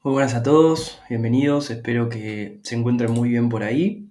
Muy buenas a todos, bienvenidos, espero que se encuentren muy bien por ahí.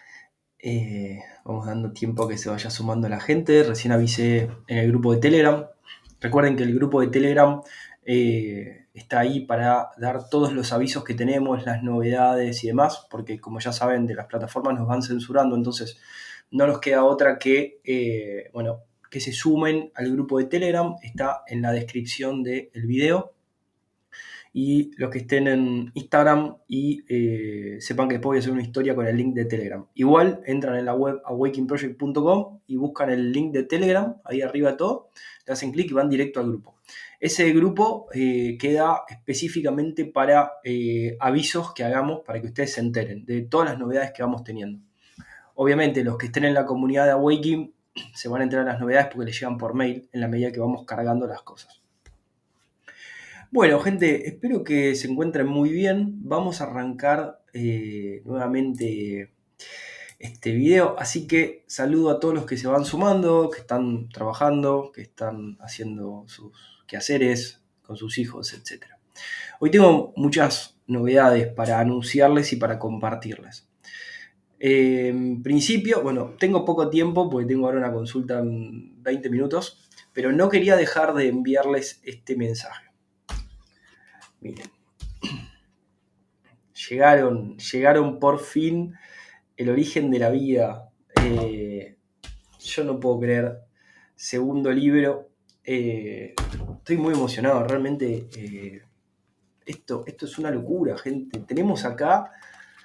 Vamos dando tiempo a que se vaya sumando la gente. Recién avisé en el grupo de Telegram. Recuerden que el grupo de Telegram está ahí para dar todos los avisos que tenemos, las novedades y demás, porque como ya saben, de las plataformas nos van censurando, entonces no nos queda otra que, que se sumen al grupo de Telegram. Está en la descripción del video. Y los que estén en Instagram y sepan que después voy a hacer una historia con el link de Telegram. Igual entran en la web awakeningproject.com y buscan el link de Telegram, ahí arriba todo, le hacen clic y van directo al grupo. Ese grupo queda específicamente para avisos que hagamos para que ustedes se enteren de todas las novedades que vamos teniendo. Obviamente los que estén en la comunidad de Awakening se van a enterar de las novedades porque les llegan por mail en la medida que vamos cargando las cosas. Bueno, gente, espero que se encuentren muy bien. Vamos a arrancar nuevamente este video, así que saludo a todos los que se van sumando, que están trabajando, que están haciendo sus quehaceres con sus hijos, etc. Hoy tengo muchas novedades para anunciarles y para compartirles. En principio, bueno, tengo poco tiempo porque tengo ahora una consulta en 20 minutos, pero no quería dejar de enviarles este mensaje. Miren. Llegaron por fin El origen de la vida. Yo no puedo creer. Segundo libro. Estoy muy emocionado, realmente. Esto es una locura, gente. Tenemos acá.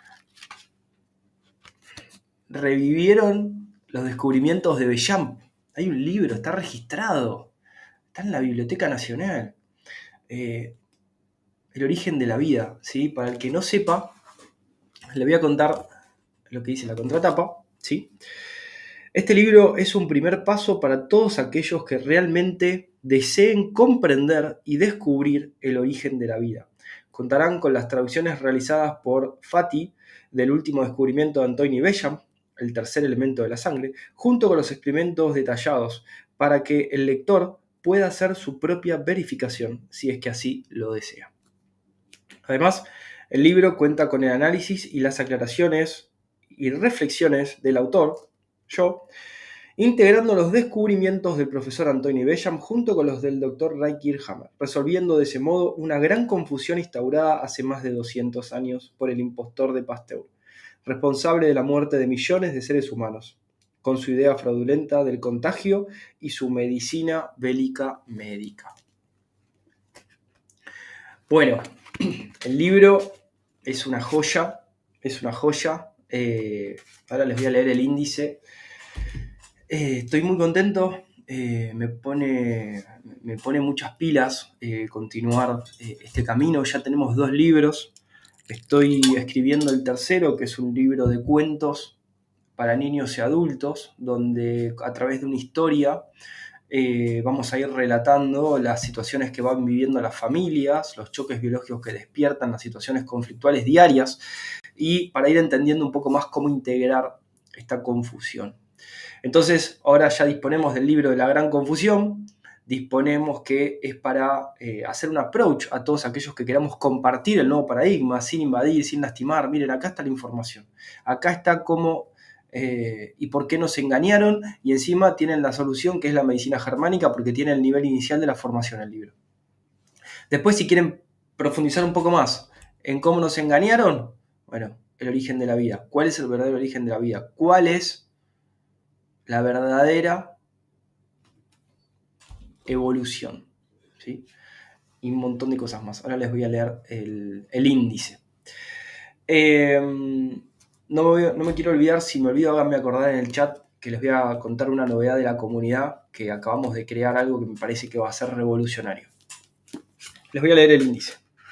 Revivieron los descubrimientos de Bellamp. Hay un libro, está registrado. Está en la Biblioteca Nacional. El origen de la vida, ¿sí? Para el que no sepa, le voy a contar lo que dice la contratapa, ¿sí? Este libro es un primer paso para todos aquellos que realmente deseen comprender y descubrir el origen de la vida. Contarán con las traducciones realizadas por Fati del último descubrimiento de Antoine Béchamp, el tercer elemento de la sangre, junto con los experimentos detallados para que el lector pueda hacer su propia verificación si es que así lo desea. Además, el libro cuenta con el análisis y las aclaraciones y reflexiones del autor, yo, integrando los descubrimientos del profesor Antoine Béchamp junto con los del Dr. Ray Kirchhammer, resolviendo de ese modo una gran confusión instaurada hace más de 200 años por el impostor de Pasteur, responsable de la muerte de millones de seres humanos, con su idea fraudulenta del contagio y su medicina bélica médica. Bueno, el libro es una joya, ahora les voy a leer el índice. Estoy muy contento, me pone muchas pilas continuar este camino. Ya tenemos 2 libros, estoy escribiendo el tercero, que es un libro de cuentos para niños y adultos, donde a través de una historia vamos a ir relatando las situaciones que van viviendo las familias, los choques biológicos que despiertan, las situaciones conflictuales diarias, y para ir entendiendo un poco más cómo integrar esta confusión. Entonces, ahora ya disponemos del libro de la gran confusión, disponemos que es para hacer un approach a todos aquellos que queramos compartir el nuevo paradigma, sin invadir, sin lastimar. Miren, acá está la información, acá está cómo y por qué nos engañaron, y encima tienen la solución, que es la medicina germánica, porque tiene el nivel inicial de la formación el libro. Después, si quieren profundizar un poco más en cómo nos engañaron, bueno, el origen de la vida. ¿Cuál es el verdadero origen de la vida? ¿Cuál es la verdadera evolución? ¿Sí? Y un montón de cosas más. Ahora les voy a leer el índice. No me quiero olvidar, si me olvido háganme acordar en el chat que les voy a contar una novedad de la comunidad, que acabamos de crear algo que me parece que va a ser revolucionario. Les voy a leer el índice.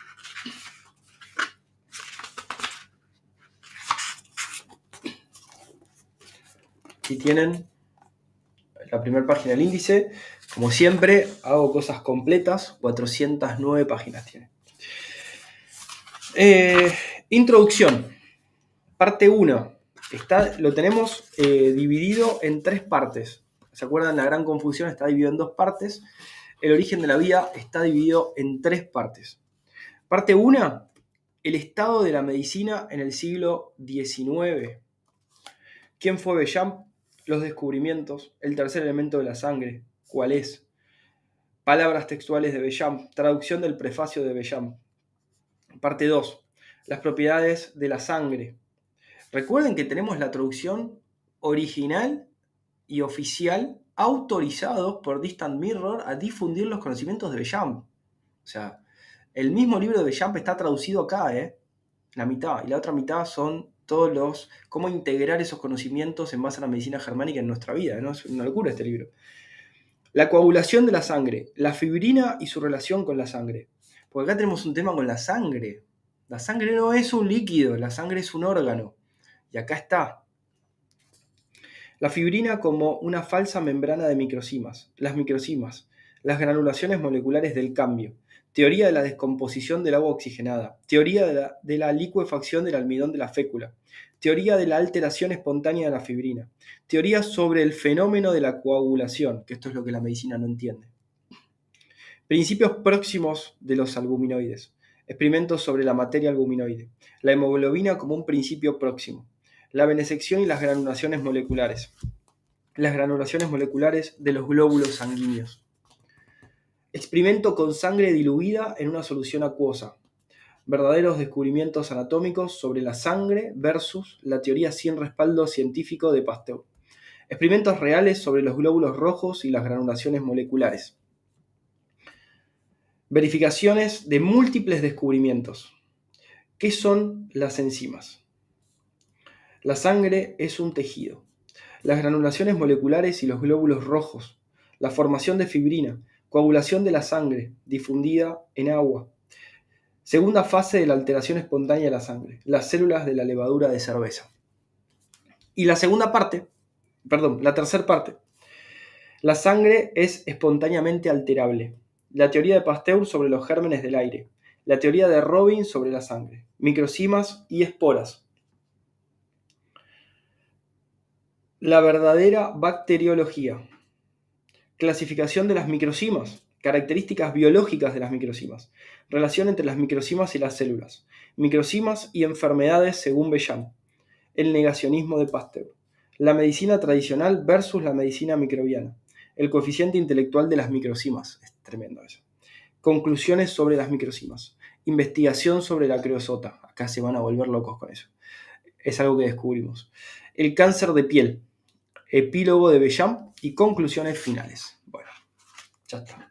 Aquí tienen la primera página del índice. Como siempre, hago cosas completas, 409 páginas tiene. Introducción. Parte 1. Lo tenemos dividido en 3 partes. ¿Se acuerdan? La gran confusión está dividido en 2 partes. El origen de la vida está dividido en 3 partes. Parte 1 El estado de la medicina en el siglo XIX. ¿Quién fue Bechamp? Los descubrimientos. El tercer elemento de la sangre. ¿Cuál es? Palabras textuales de Bechamp. Traducción del prefacio de Bechamp. Parte 2. Las propiedades de la sangre. Recuerden que tenemos la traducción original y oficial autorizados por Distant Mirror a difundir los conocimientos de Bechamp. O sea, el mismo libro de Bechamp está traducido acá, la mitad, y la otra mitad son todos los cómo integrar esos conocimientos en base a la medicina germánica en nuestra vida, ¿no? Es una locura este libro. La coagulación de la sangre, la fibrina y su relación con la sangre. Porque acá tenemos un tema con la sangre. La sangre no es un líquido, la sangre es un órgano. Y acá está. La fibrina como una falsa membrana de microcimas, las granulaciones moleculares del cambio, teoría de la descomposición del agua oxigenada, teoría de la licuefacción del almidón de la fécula, teoría de la alteración espontánea de la fibrina, teoría sobre el fenómeno de la coagulación, que esto es lo que la medicina no entiende. Principios próximos de los albuminoides, experimentos sobre la materia albuminoide, la hemoglobina como un principio próximo, la venesección y las granulaciones moleculares de los glóbulos sanguíneos. Experimento con sangre diluida en una solución acuosa. Verdaderos descubrimientos anatómicos sobre la sangre versus la teoría sin respaldo científico de Pasteur. Experimentos reales sobre los glóbulos rojos y las granulaciones moleculares. Verificaciones de múltiples descubrimientos. ¿Qué son las enzimas? La sangre es un tejido. Las granulaciones moleculares y los glóbulos rojos. La formación de fibrina. Coagulación de la sangre, difundida en agua. Segunda fase de la alteración espontánea de la sangre. Las células de la levadura de cerveza. Y la tercera parte. La sangre es espontáneamente alterable. La teoría de Pasteur sobre los gérmenes del aire. La teoría de Robin sobre la sangre. Microcimas y esporas. La verdadera bacteriología. Clasificación de las microcimas. Características biológicas de las microcimas. Relación entre las microcimas y las células. Microcimas y enfermedades según Bechamp. El negacionismo de Pasteur. La medicina tradicional versus la medicina microbiana. El coeficiente intelectual de las microcimas. Es tremendo eso. Conclusiones sobre las microcimas. Investigación sobre la creosota. Acá se van a volver locos con eso. Es algo que descubrimos. El cáncer de piel. Epílogo de Bechamp y conclusiones finales. Bueno, ya está.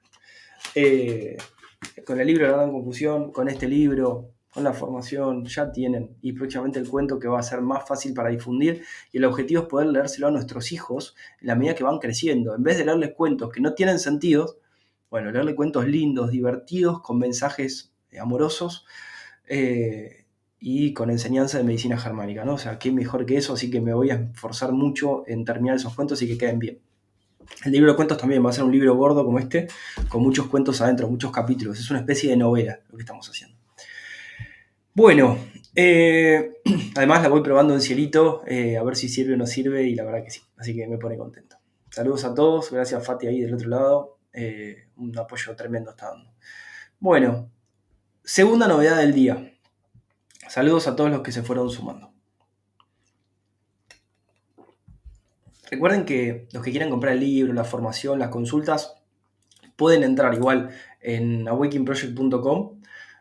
Con el libro de la gran confusión, con este libro, con la formación, ya tienen. Y próximamente el cuento que va a ser más fácil para difundir. Y el objetivo es poder leérselo a nuestros hijos en la medida que van creciendo. En vez de leerles cuentos que no tienen sentido, bueno, leerle cuentos lindos, divertidos, con mensajes amorosos. Y con enseñanza de medicina germánica, ¿no? O sea, qué mejor que eso, así que me voy a esforzar mucho en terminar esos cuentos y que queden bien. El libro de cuentos también va a ser un libro gordo como este, con muchos cuentos adentro, muchos capítulos. Es una especie de novela lo que estamos haciendo. Bueno, además la voy probando en cielito, a ver si sirve o no sirve, y la verdad que sí, así que me pone contento. Saludos a todos, gracias Fati ahí del otro lado, un apoyo tremendo está dando. Bueno, segunda novedad del día. Saludos a todos los que se fueron sumando. Recuerden que los que quieran comprar el libro, la formación, las consultas, pueden entrar igual en awakeningproject.com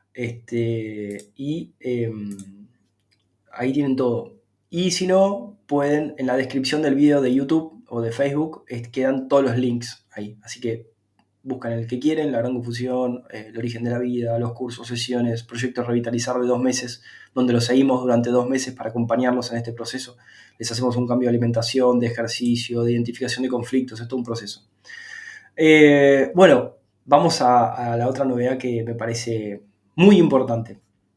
y ahí tienen todo. Y si no, pueden, en la descripción del video de YouTube o de Facebook, quedan todos los links ahí. Así que buscan el que quieren, la gran confusión, el origen de la vida, los cursos, sesiones, proyecto Revitalizar de 2 meses, donde los seguimos durante 2 meses para acompañarlos en este proceso. Les hacemos un cambio de alimentación, de ejercicio, de identificación de conflictos, es todo un proceso. Bueno, vamos a la otra novedad que me parece muy importante.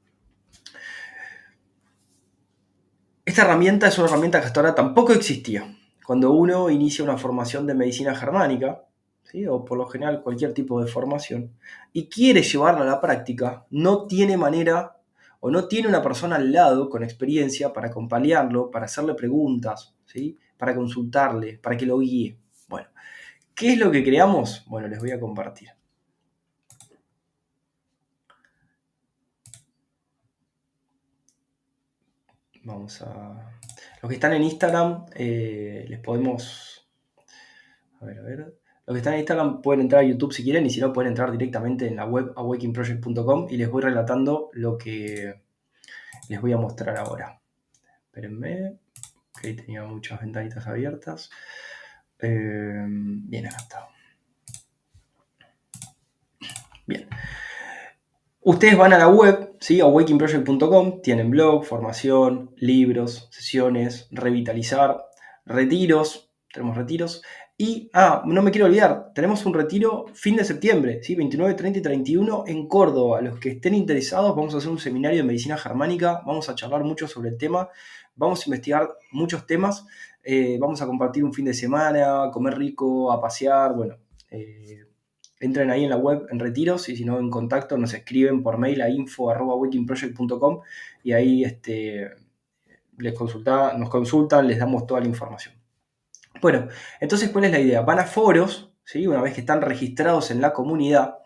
Esta herramienta es una herramienta que hasta ahora tampoco existía. Cuando uno inicia una formación de medicina germánica, ¿sí? O por lo general cualquier tipo de formación, y quiere llevarla a la práctica, no tiene manera o no tiene una persona al lado con experiencia para acompañarlo, para hacerle preguntas, ¿sí? Para consultarle, para que lo guíe. Bueno, ¿qué es lo que creamos? Bueno, les voy a compartir. Vamos a... Los que están en Instagram, les podemos... A ver. Los que están en Instagram pueden entrar a YouTube si quieren, y si no, pueden entrar directamente en la web awakeningproject.com y les voy relatando lo que les voy a mostrar ahora. Espérenme, que tenía muchas ventanitas abiertas. Bien, acá está. Bien. Ustedes van a la web, ¿sí? awakeningproject.com, tienen blog, formación, libros, sesiones, revitalizar, retiros, tenemos retiros. Y, no me quiero olvidar, tenemos un retiro fin de septiembre, ¿sí? 29, 30 y 31 en Córdoba. Los que estén interesados, vamos a hacer un seminario de medicina germánica, vamos a charlar mucho sobre el tema, vamos a investigar muchos temas, vamos a compartir un fin de semana, comer rico, a pasear, bueno. Entren ahí en la web en retiros, y si no, en contacto nos escriben por mail a info@awakeningproject.com y ahí nos consultan, les damos toda la información. Bueno, entonces, ¿cuál es la idea? Van a foros, ¿sí? Una vez que están registrados en la comunidad,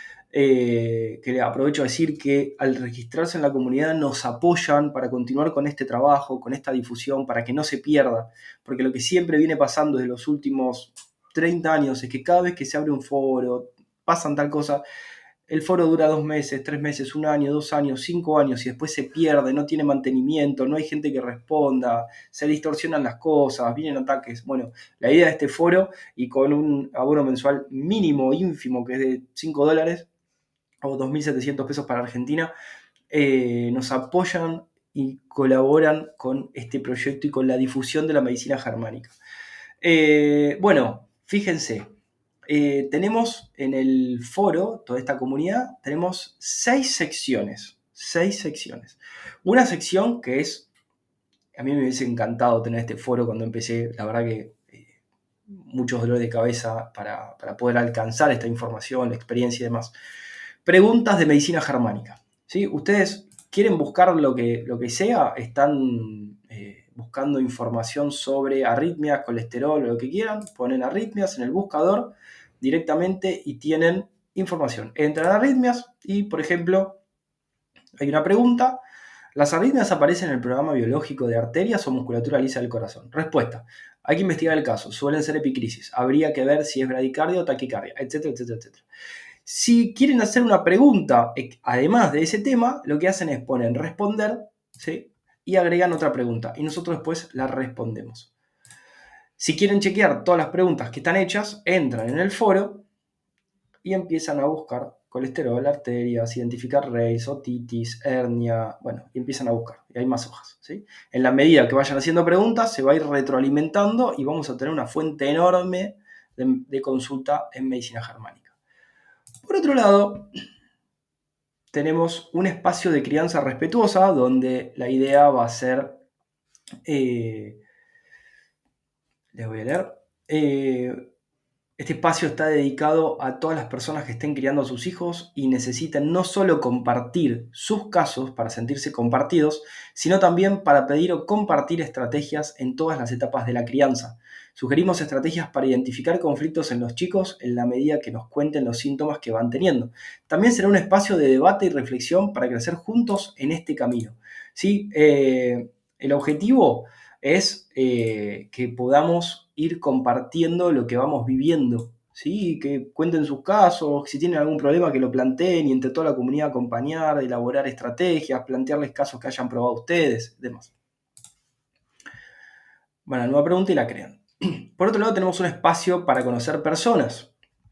que le aprovecho a decir que al registrarse en la comunidad nos apoyan para continuar con este trabajo, con esta difusión, para que no se pierda, porque lo que siempre viene pasando desde los últimos 30 años es que cada vez que se abre un foro, pasan tal cosa, el foro dura 2 meses, 3 meses, 1 año, 2 años, 5 años y después se pierde, no tiene mantenimiento, no hay gente que responda, se distorsionan las cosas, vienen ataques. Bueno, la idea de este foro, y con un abono mensual mínimo, ínfimo, que es de $5 o 2.700 pesos para Argentina, nos apoyan y colaboran con este proyecto y con la difusión de la medicina germánica. Bueno, fíjense, tenemos en el foro, toda esta comunidad, tenemos 6 secciones. 6 secciones. Una sección que es, a mí me hubiese encantado tener este foro cuando empecé, la verdad que muchos dolores de cabeza para poder alcanzar esta información, la experiencia y demás. Preguntas de medicina germánica, ¿sí? Ustedes quieren buscar lo que sea, están buscando información sobre arritmias, colesterol o lo que quieran, ponen arritmias en el buscador directamente y tienen información. Entran a arritmias y, por ejemplo, hay una pregunta: ¿las arritmias aparecen en el programa biológico de arterias o musculatura lisa del corazón? Respuesta: hay que investigar el caso, suelen ser epicrisis, habría que ver si es bradicardia o taquicardia, etcétera, etcétera, etcétera. Si quieren hacer una pregunta, además de ese tema, lo que hacen es poner responder, ¿sí? Y agregan otra pregunta, y nosotros después la respondemos. Si quieren chequear todas las preguntas que están hechas, entran en el foro y empiezan a buscar colesterol, arterias, identificar Reis, otitis, hernia, bueno, y empiezan a buscar, y hay más hojas, ¿sí? En la medida que vayan haciendo preguntas, se va a ir retroalimentando y vamos a tener una fuente enorme de consulta en medicina germánica. Por otro lado, tenemos un espacio de crianza respetuosa, donde la idea va a ser, les voy a leer, este espacio está dedicado a todas las personas que estén criando a sus hijos y necesiten no solo compartir sus casos para sentirse compartidos, sino también para pedir o compartir estrategias en todas las etapas de la crianza. Sugerimos estrategias para identificar conflictos en los chicos en la medida que nos cuenten los síntomas que van teniendo. También será un espacio de debate y reflexión para crecer juntos en este camino, ¿sí? El objetivo es que podamos ir compartiendo lo que vamos viviendo, ¿sí? Que cuenten sus casos, si tienen algún problema que lo planteen, y entre toda la comunidad acompañar, elaborar estrategias, plantearles casos que hayan probado ustedes, demás. Bueno, nueva pregunta y la crean. Por otro lado, tenemos un espacio para conocer personas,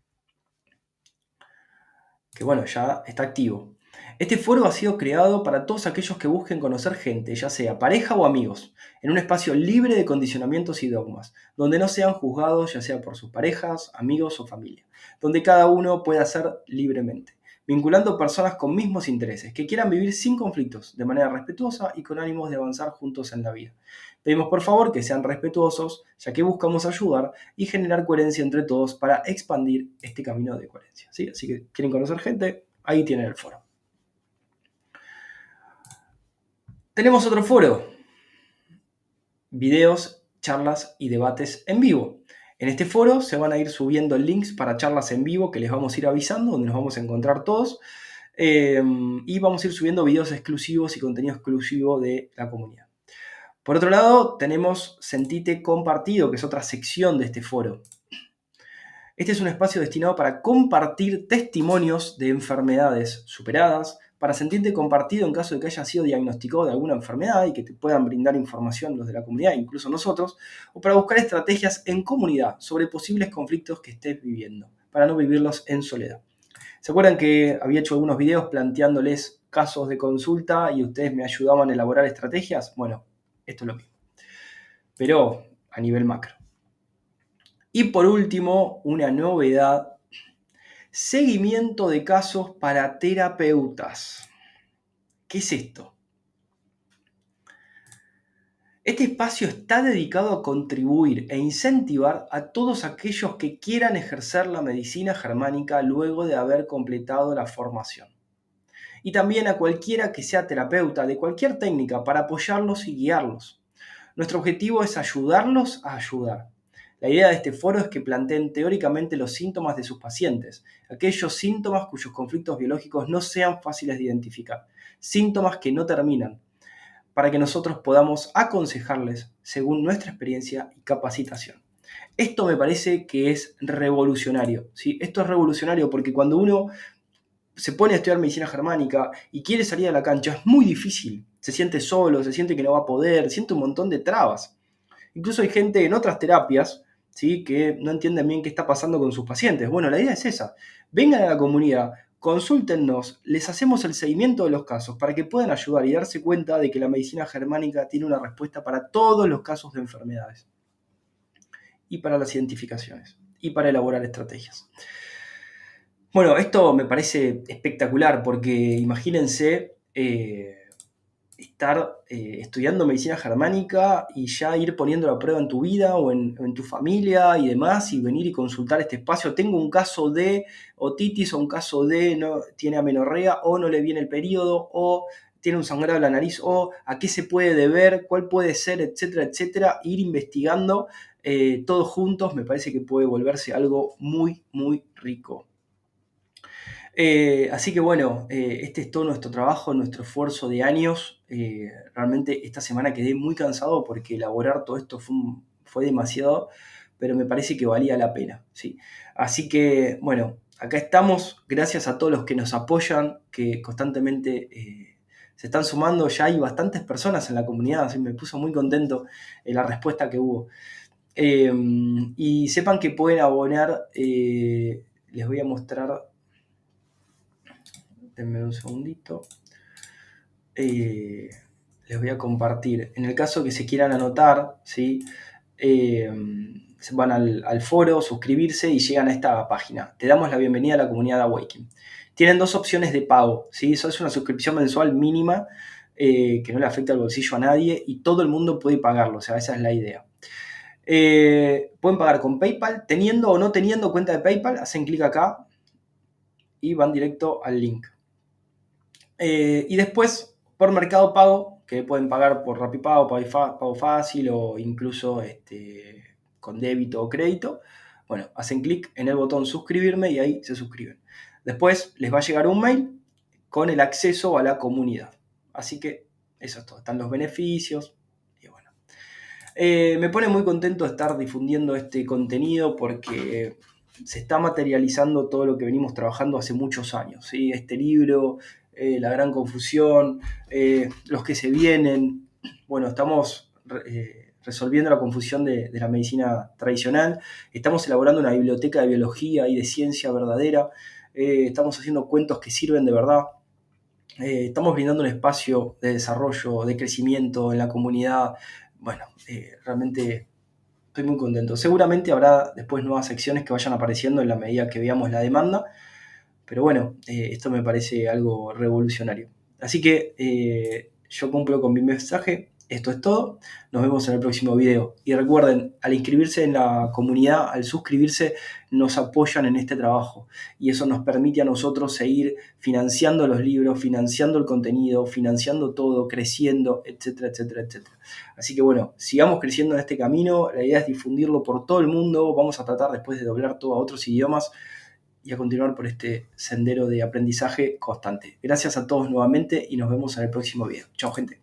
que bueno, ya está activo. Este foro ha sido creado para todos aquellos que busquen conocer gente, ya sea pareja o amigos, en un espacio libre de condicionamientos y dogmas, donde no sean juzgados ya sea por sus parejas, amigos o familia, donde cada uno pueda ser libremente, vinculando personas con mismos intereses, que quieran vivir sin conflictos, de manera respetuosa y con ánimos de avanzar juntos en la vida. Pedimos por favor que sean respetuosos, ya que buscamos ayudar y generar coherencia entre todos para expandir este camino de coherencia, ¿sí? Así que, ¿quieren conocer gente? Ahí tienen el foro. Tenemos otro foro: videos, charlas y debates en vivo. En este foro se van a ir subiendo links para charlas en vivo que les vamos a ir avisando, donde nos vamos a encontrar todos, y vamos a ir subiendo videos exclusivos y contenido exclusivo de la comunidad. Por otro lado, tenemos Sentite Compartido, que es otra sección de este foro. Este es un espacio destinado para compartir testimonios de enfermedades superadas, para sentirte compartido en caso de que hayas sido diagnosticado de alguna enfermedad y que te puedan brindar información los de la comunidad, incluso nosotros, o para buscar estrategias en comunidad sobre posibles conflictos que estés viviendo, para no vivirlos en soledad. ¿Se acuerdan que había hecho algunos videos planteándoles casos de consulta y ustedes me ayudaban a elaborar estrategias? Bueno, esto es lo mismo, pero a nivel macro. Y por último, una novedad: seguimiento de casos para terapeutas. ¿Qué es esto? Este espacio está dedicado a contribuir e incentivar a todos aquellos que quieran ejercer la medicina germánica luego de haber completado la formación. Y también a cualquiera que sea terapeuta de cualquier técnica para apoyarlos y guiarlos. Nuestro objetivo es ayudarlos a ayudar. La idea de este foro es que planteen teóricamente los síntomas de sus pacientes, aquellos síntomas cuyos conflictos biológicos no sean fáciles de identificar, síntomas que no terminan, para que nosotros podamos aconsejarles según nuestra experiencia y capacitación. Esto me parece que es revolucionario, ¿sí? Esto es revolucionario porque cuando uno se pone a estudiar medicina germánica y quiere salir a la cancha, es muy difícil. Se siente solo, se siente que no va a poder, siente un montón de trabas. Incluso hay gente en otras terapias, ¿sí?, que no entienden bien qué está pasando con sus pacientes. Bueno, la idea es esa. Vengan a la comunidad, consúltennos, les hacemos el seguimiento de los casos para que puedan ayudar y darse cuenta de que la medicina germánica tiene una respuesta para todos los casos de enfermedades. Y para las identificaciones. Y para elaborar estrategias. Bueno, esto me parece espectacular porque imagínense estar estudiando medicina germánica y ya ir poniendo la prueba en tu vida o en tu familia y demás, y venir y consultar este espacio. Tengo un caso de otitis o un caso de no, tiene amenorrea o no le viene el periodo o tiene un sangrado de la nariz o a qué se puede deber, cuál puede ser, etcétera, etcétera. Ir investigando todos juntos me parece que puede volverse algo muy, muy rico. Así que bueno, este es todo nuestro trabajo, nuestro esfuerzo de años. Realmente esta semana quedé muy cansado porque elaborar todo esto fue demasiado, pero me parece que valía la pena, ¿sí? Así que bueno, acá estamos, gracias a todos los que nos apoyan, que constantemente se están sumando. Ya hay bastantes personas en la comunidad, así me puso muy contento la respuesta que hubo. Y sepan que pueden abonar, les voy a mostrar. Denme un segundito. Les voy a compartir. En el caso que se quieran anotar, ¿sí? Van al foro, suscribirse y llegan a esta página. Te damos la bienvenida a la comunidad de Awaken. Tienen dos opciones de pago, ¿sí? Eso es una suscripción mensual mínima que no le afecta al bolsillo a nadie y todo el mundo puede pagarlo. O sea, esa es la idea. Pueden pagar con PayPal, teniendo o no teniendo cuenta de PayPal, hacen clic acá y van directo al link. Y después, por Mercado Pago, que pueden pagar por RappiPago, Pago Fácil o incluso con débito o crédito, bueno, hacen clic en el botón suscribirme y ahí se suscriben. Después les va a llegar un mail con el acceso a la comunidad. Así que eso es todo. Están los beneficios y bueno. Me pone muy contento estar difundiendo este contenido porque se está materializando todo lo que venimos trabajando hace muchos años, ¿sí? Este libro, La Gran Confusión, los que se vienen. Bueno, estamos resolviendo la confusión de la medicina tradicional. Estamos elaborando una biblioteca de biología y de ciencia verdadera. Estamos haciendo cuentos que sirven de verdad. Estamos brindando un espacio de desarrollo, de crecimiento en la comunidad. Bueno, realmente estoy muy contento. Seguramente habrá después nuevas secciones que vayan apareciendo en la medida que veamos la demanda. Pero bueno, esto me parece algo revolucionario. Así que yo cumplo con mi mensaje. Esto es todo. Nos vemos en el próximo video. Y recuerden, al inscribirse en la comunidad, al suscribirse, nos apoyan en este trabajo. Y eso nos permite a nosotros seguir financiando los libros, financiando el contenido, financiando todo, creciendo, etcétera, etcétera, etcétera. Así que bueno, sigamos creciendo en este camino. La idea es difundirlo por todo el mundo. Vamos a tratar después de doblar todo a otros idiomas y a continuar por este sendero de aprendizaje constante. Gracias a todos nuevamente y nos vemos en el próximo video. Chao, gente.